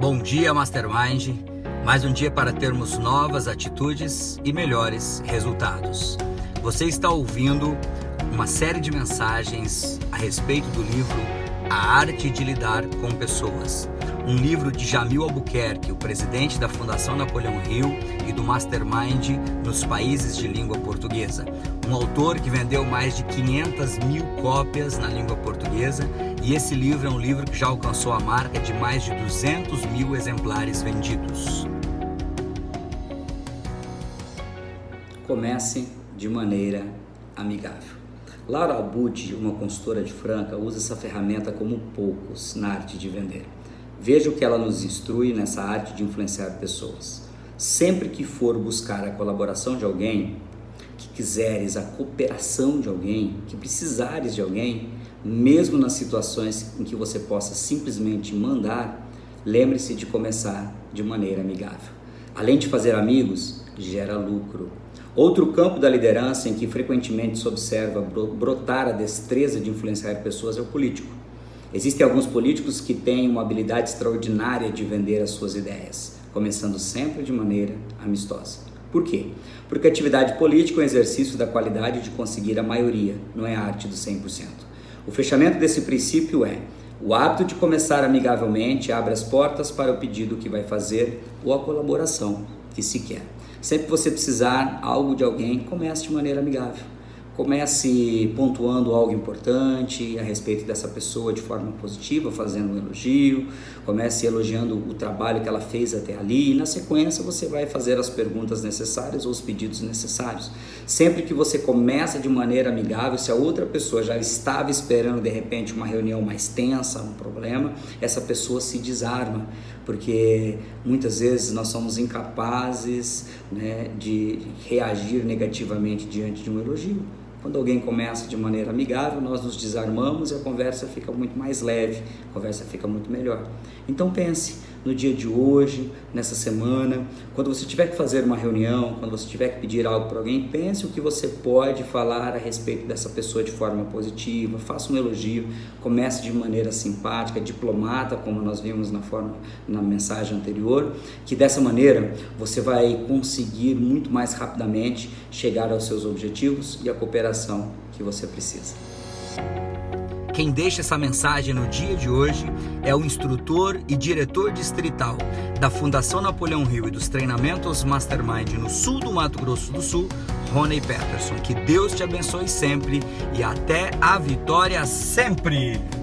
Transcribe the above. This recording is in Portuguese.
Bom dia, Mastermind. Mais um dia para termos novas atitudes e melhores resultados. Você está ouvindo uma série de mensagens a respeito do livro A Arte de Lidar com Pessoas. Um livro de Jamil Albuquerque, o presidente da Fundação Napoleão Hill e do Mastermind nos países de língua portuguesa. Um autor que vendeu mais de 500 mil cópias na língua portuguesa, e esse livro é um livro que já alcançou a marca de mais de 200 mil exemplares vendidos. Comece de maneira amigável. Laura Abud, uma consultora de Franca, usa essa ferramenta como poucos na arte de vender. Veja o que ela nos instrui nessa arte de influenciar pessoas. Sempre que for buscar a colaboração de alguém, que quiseres a cooperação de alguém, que precisares de alguém, mesmo nas situações em que você possa simplesmente mandar, lembre-se de começar de maneira amigável. Além de fazer amigos, gera lucro. Outro campo da liderança em que frequentemente se observa brotar a destreza de influenciar pessoas é o político. Existem alguns políticos que têm uma habilidade extraordinária de vender as suas ideias, começando sempre de maneira amistosa. Por quê? Porque a atividade política é um exercício da qualidade de conseguir a maioria, não é a arte do 100%. O fechamento desse princípio é: o hábito de começar amigavelmente abre as portas para o pedido que vai fazer ou a colaboração que se quer. Sempre que você precisar algo de alguém, comece de maneira amigável. Comece pontuando algo importante a respeito dessa pessoa de forma positiva, fazendo um elogio. Comece elogiando o trabalho que ela fez até ali e na sequência você vai fazer as perguntas necessárias ou os pedidos necessários. Sempre que você começa de maneira amigável, se a outra pessoa já estava esperando de repente uma reunião mais tensa, um problema, essa pessoa se desarma, porque muitas vezes nós somos incapazes, de reagir negativamente diante de um elogio. Quando alguém começa de maneira amigável, nós nos desarmamos e a conversa fica muito mais leve, a conversa fica muito melhor. Então pense no dia de hoje, nessa semana, quando você tiver que fazer uma reunião, quando você tiver que pedir algo para alguém, pense o que você pode falar a respeito dessa pessoa de forma positiva, faça um elogio, comece de maneira simpática, diplomata, como nós vimos na mensagem anterior, que dessa maneira você vai conseguir muito mais rapidamente chegar aos seus objetivos e a cooperação que você precisa. Quem deixa essa mensagem no dia de hoje é o instrutor e diretor distrital da Fundação Napoleão Hill e dos treinamentos Mastermind no sul do Mato Grosso do Sul, Rony Peterson. Que Deus te abençoe sempre e até a vitória sempre!